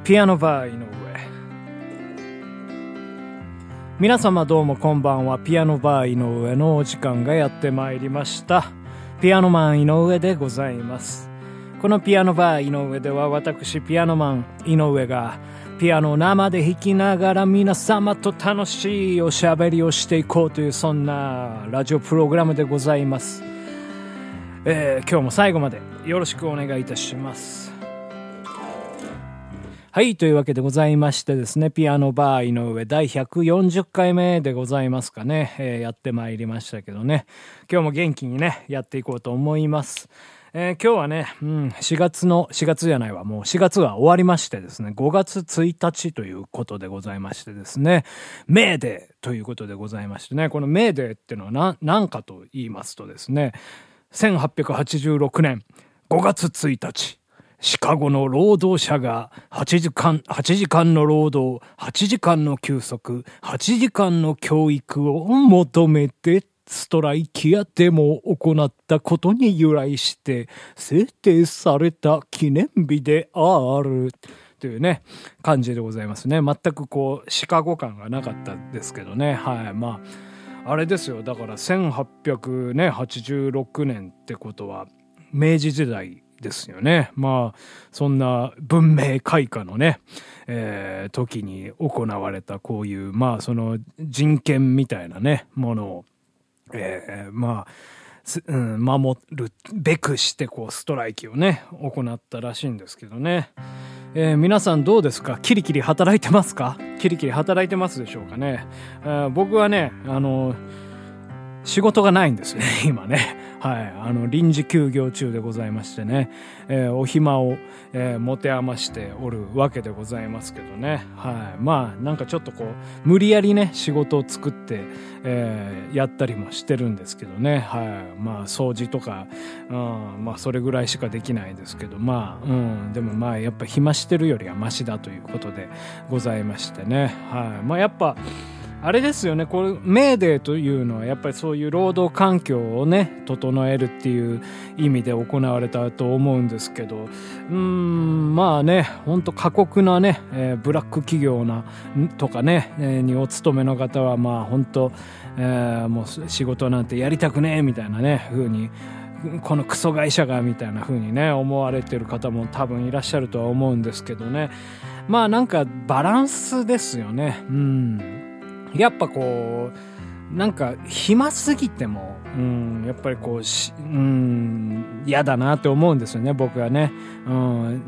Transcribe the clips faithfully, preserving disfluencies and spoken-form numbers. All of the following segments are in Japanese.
ピアノバー井上。皆様どうもこんばんは。ピアノバー井上のお時間がやってまいりました。ピアノマン井上でございます。このピアノバー井上では、私ピアノマン井上がピアノを生で弾きながら皆様と楽しいおしゃべりをしていこうという、そんなラジオプログラムでございます。えー、今日も最後までよろしくお願いいたします。はい、というわけでございましてですね、ピアノバー井上だいひゃくよんじゅっかいめでございますかね、えー、やってまいりましたけどね、今日も元気にねやっていこうと思います。えー、今日はね、うん、しがつのしがつじゃないわもうしがつが終わりましてですね、ごがつついたちということでございましてですね、メーデーということでございましてね、このメーデーっていうのは何何かと言いますとですね、せんはっぴゃくはちじゅうろくねんごがつついたち、シカゴの労働者がはちじかん、はちじかんの労働、はちじかんの休息、はちじかんの教育を求めてストライキやデモを行ったことに由来して制定された記念日であるというね感じでございますね。全くこうシカゴ感がなかったですけどね。はい、まああれですよ、だからせんはっぴゃくはちじゅうろくねんってことは明治時代ですよね。まあそんな文明開化のね、えー、時に行われたこういうまあその人権みたいなねものを、えー、まあ、うん、守るべくしてこうストライキをね行ったらしいんですけどね。えー、皆さんどうですか？キリキリ働いてますか？キリキリ働いてますでしょうかね。えー、僕はねあの仕事がないんですね今ね。はい、あの臨時休業中でございましてね、えー、お暇を、えー、持て余しておるわけでございますけどね。はい、まあなんかちょっとこう無理やりね仕事を作って、えー、やったりもしてるんですけどね。はい、まあ掃除とか、うん、まあそれぐらいしかできないですけど、まあ、うん、でもまあやっぱ暇してるよりはマシだということでございましてね。はい、まあやっぱあれですよね、これメーデーというのはやっぱりそういう労働環境をね整えるっていう意味で行われたと思うんですけど、うーんまあねほんと過酷なね、えー、ブラック企業なとかね、えー、にお勤めの方はまあ本当、えー、もう仕事なんてやりたくねえみたいなね風に、このクソ会社がみたいな風にね思われてる方も多分いらっしゃるとは思うんですけどね。まあなんかバランスですよね。うんやっぱこうなんか暇すぎても、うん、やっぱりこうし、うん、嫌だなって思うんですよね僕はね。うん、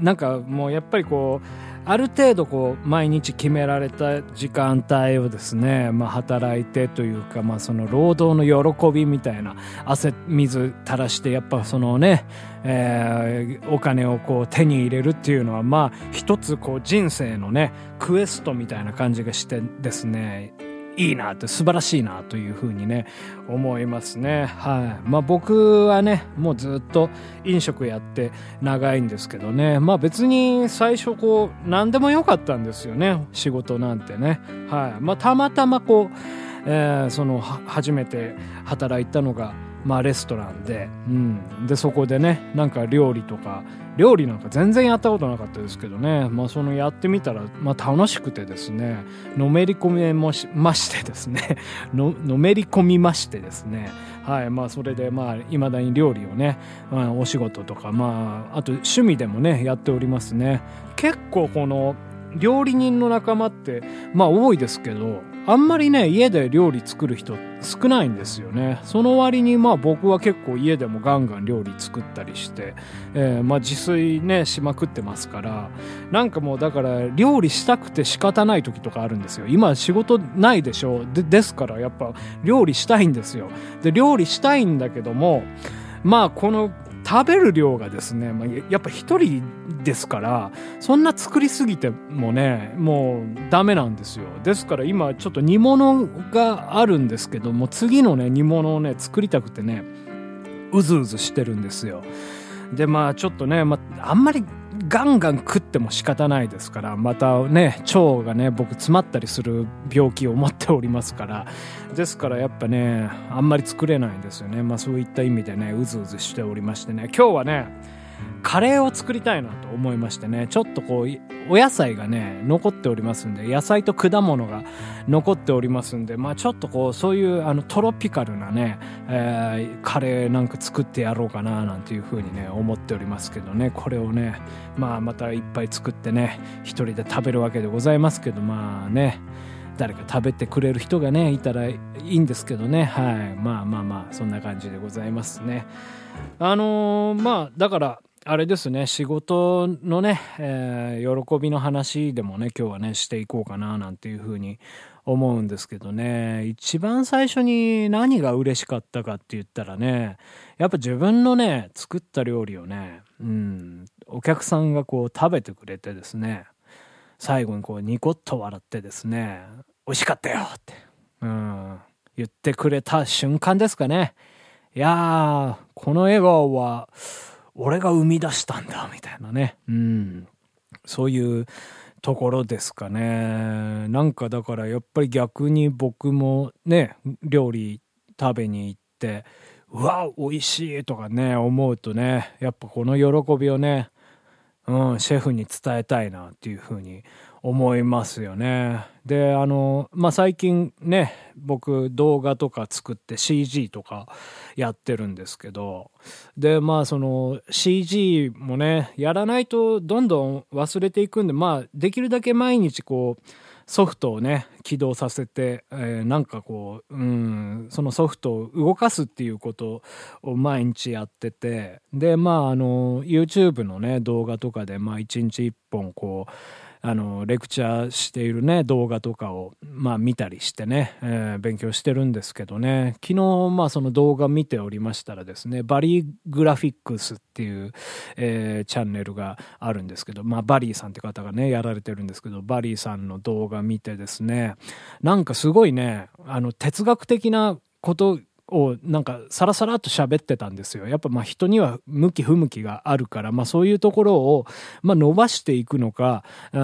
なんかもうやっぱりこうある程度こう毎日決められた時間帯をですね、まあ、働いてというか、まあ、その労働の喜びみたいな、汗水垂らしてやっぱそのね、えー、お金をこう手に入れるっていうのはまあ一つこう人生のねクエストみたいな感じがしてですね、いいなって素晴らしいなというふうにね思いますね。はい、まあ僕はねもうずっと飲食やって長いんですけどね、まあ別に最初こう何でもよかったんですよね仕事なんてね。はい、まあたまたまこう、えー、その初めて働いたのがまあレストランで、うん、でそこでねなんか料理とか料理なんか全然やったことなかったですけどね、まあそのやってみたらまあ楽しくてですね、のめり込みもしましてですねの, のめり込みましてですね、はい、まあそれでまあ未だに料理をね、まあ、お仕事とかまああと趣味でもねやっておりますね。結構この料理人の仲間ってまあ多いですけど、あんまりね家で料理作る人少ないんですよね。その割にまあ僕は結構家でもガンガン料理作ったりして、えー、まあ自炊ねしまくってますから、なんかもうだから料理したくて仕方ない時とかあるんですよ。今仕事ないでしょ。でですからやっぱ料理したいんですよ。で料理したいんだけども、まあこの食べる量がですね、まあ、やっぱ一人ですからそんな作りすぎてもねもうダメなんですよ。ですから今ちょっと煮物があるんですけども、次のね煮物をね作りたくてねうずうずしてるんですよ。でまあちょっとね、まあ、あんまりガンガン食っても仕方ないですから、またね腸がね僕詰まったりする病気を持っておりますから、ですからやっぱねあんまり作れないんですよね。まあそういった意味でねうずうずしておりましてね、今日はねカレーを作りたいなと思いましてね、ちょっとこうお野菜がね残っておりますんで、野菜と果物が残っておりますんで、まあちょっとこうそういうあのトロピカルなね、えー、カレーなんか作ってやろうかななんていう風にね思っておりますけどね、これをねまあまたいっぱい作ってね一人で食べるわけでございますけど、まあね誰か食べてくれる人がねいたらいいんですけどね、はい、まあまあまあそんな感じでございますね。あのー、まあだからあれですね、仕事のね、えー、喜びの話でもね今日はねしていこうかななんていうふうに思うんですけどね、一番最初に何が嬉しかったかって言ったらね、やっぱ自分のね作った料理をね、うん、お客さんがこう食べてくれてですね、最後にこうニコッと笑ってですね、美味しかったよって、うん、言ってくれた瞬間ですかね。いやー、この笑顔は俺が生み出したんだみたいなね、うん、そういうところですかね。なんかだからやっぱり逆に僕もね料理食べに行ってうわ美味しいとかね思うとね、やっぱこの喜びをね、うん、シェフに伝えたいなっていうふうに思いますよね。であのまあ最近ね僕動画とか作って シージー とかやってるんですけど、でまあその シージー もねやらないとどんどん忘れていくんで、まあできるだけ毎日こうソフトをね起動させて、えー、なんかこう、うん、そのソフトを動かすっていうことを毎日やってて、でまああの YouTube のね動画とかでまあいちにちいっぽんこうあのレクチャーしているね動画とかをまあ見たりしてね、えー、勉強してるんですけどね、昨日まあその動画見ておりましたらですね、バリーグラフィックスっていう、えー、チャンネルがあるんですけど、まあバリーさんって方がねやられてるんですけど、バリーさんの動画見てですね、なんかすごいねあの哲学的なことをなんかサラサラっと喋ってたんですよ。やっぱまあ人には向き不向きがあるから、まあそういうところをまあ伸ばしていくのか、うん、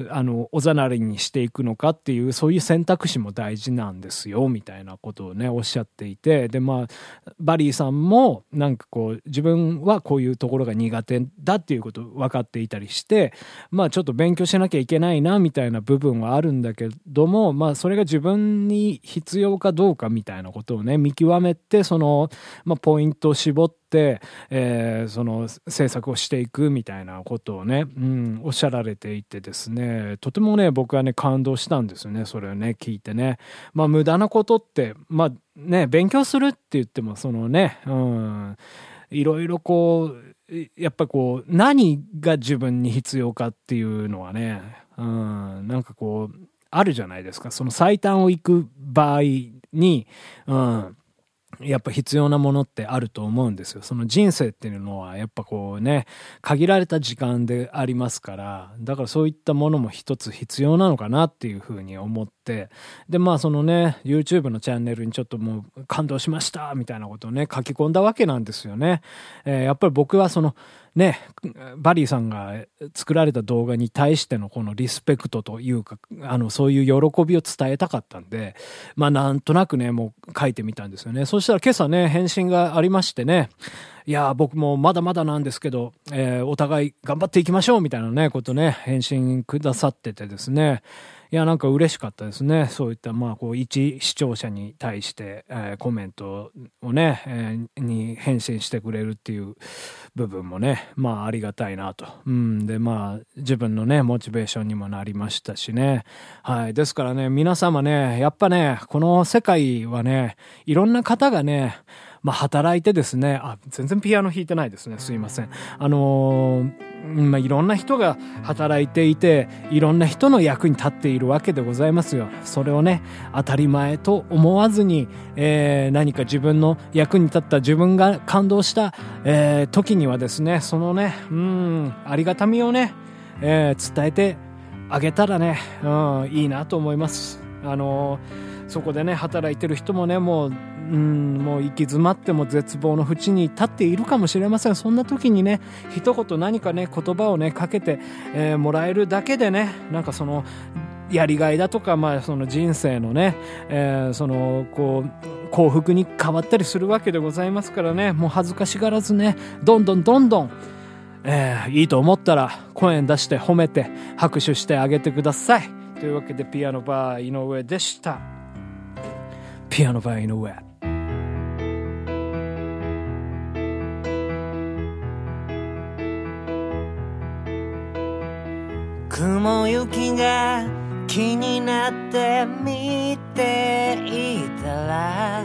あのおざなりにしていくのかっていう、そういう選択肢も大事なんですよみたいなことをねおっしゃっていて、でまあバリーさんもなんかこう自分はこういうところが苦手だっていうこと分かっていたりして、まあちょっと勉強しなきゃいけないなみたいな部分はあるんだけども、まあそれが自分に必要かどうかみたいなことをね見極めて、その、まあ、ポイントを絞って、えー、その制作をしていくみたいなことをね、うん、おっしゃられていてですね、とてもね僕はね感動したんですよね、それをね聞いてね。まあ無駄なことってまあね勉強するって言ってもそのね、うん、いろいろこうやっぱこう何が自分に必要かっていうのはね、うん、なんかこうあるじゃないですか。その最短を行く場合に、うん、やっぱ必要なものってあると思うんですよ。その人生っていうのはやっぱこうね限られた時間でありますから、だからそういったものも一つ必要なのかなっていうふうに思って、でまあそのね YouTube のチャンネルにちょっともう感動しましたみたいなことをね書き込んだわけなんですよね。えー、やっぱり僕はそのねバリーさんが作られた動画に対してのこのリスペクトというか、あのそういう喜びを伝えたかったんで、まあなんとなくねもう書いてみたんですよね。そしたら今朝ね返信がありましてね、いや僕もまだまだなんですけど、えー、お互い頑張っていきましょうみたいなねことね返信くださっててですね、いやなんか嬉しかったですね。そういったまあこう一視聴者に対して、えー、コメントをね、えー、に返信してくれるっていう部分もねまあありがたいなと、うん、でまあ自分のねモチベーションにもなりましたしね。はい、ですからね皆様ねやっぱねこの世界はねいろんな方がねまあ働いてですね、あ全然ピアノ弾いてないですね、すいません。あのー、まあいろんな人が働いていていろんな人の役に立っているわけでございますよ。それをね当たり前と思わずに、えー、何か自分の役に立った自分が感動した、えー、時にはですねそのねうんありがたみをね、えー、伝えてあげたらね、うん、いいなと思います。あのー、そこでね働いてる人もねもううん、もう行き詰まっても絶望の淵に立っているかもしれません。そんな時にね一言何かね言葉をねかけて、えー、もらえるだけでねなんかそのやりがいだとか、まあ、その人生のね、えー、そのこう幸福に変わったりするわけでございますからね、もう恥ずかしがらずねどんどんどんどんえー、いいと思ったら声出して褒めて拍手してあげてください。というわけでピアノバー井上でした。ピアノバー井上。 雲行きが気になって見ていたら、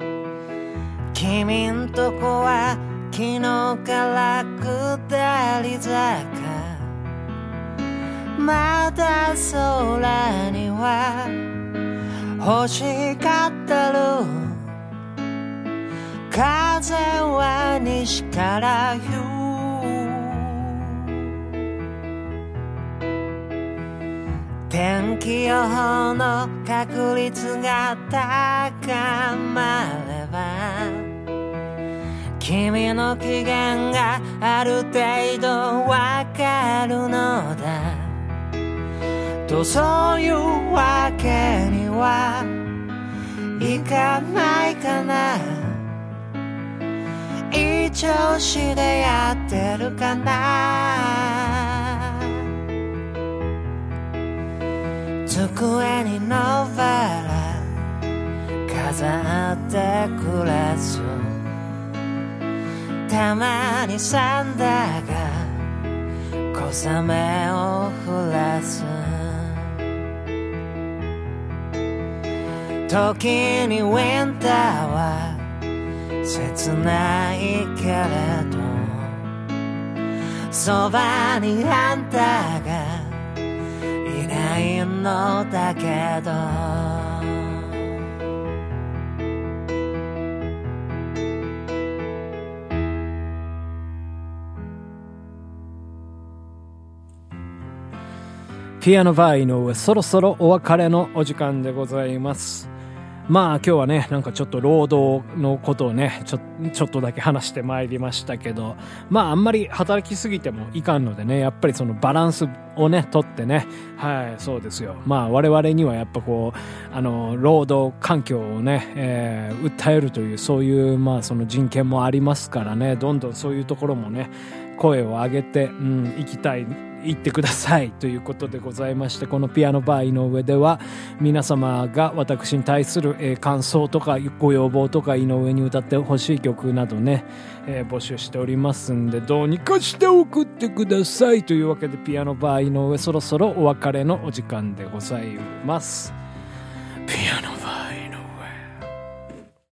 君んとこは昨日から下り坂、まだ空には星語る、風は西から言う、天気予報の確率が高まれば、君の機嫌がある程度わかるのだと、そういうわけにはいかないかな。いい調子でやってるかな。机にノーバラ飾ってくれず、たまにサンダーが小雨を降らす、時にウィンターは切ないけれど、そばにあんたがいないのだけど、 ピアノバー井上、そろそろお別れのお時間でございます。まあ今日はね、なんかちょっと労働のことをねちょ、ちょっとだけ話してまいりましたけど、まああんまり働きすぎてもいかんのでね、やっぱりそのバランスをね取ってね、はい、そうですよ。まあ我々にはやっぱこうあの労働環境をね、えー、訴えるというそういうまあその人権もありますからね、どんどんそういうところもね声を上げて、うん、行きたい言ってくださいということでございまして、このピアノバー井上では皆様が私に対する、えー、感想とかご要望とか井上に歌ってほしい曲などね、えー、募集しておりますんで、どうにかして送ってくださいというわけで、ピアノバー井上、そろそろお別れのお時間でございます。ピアノ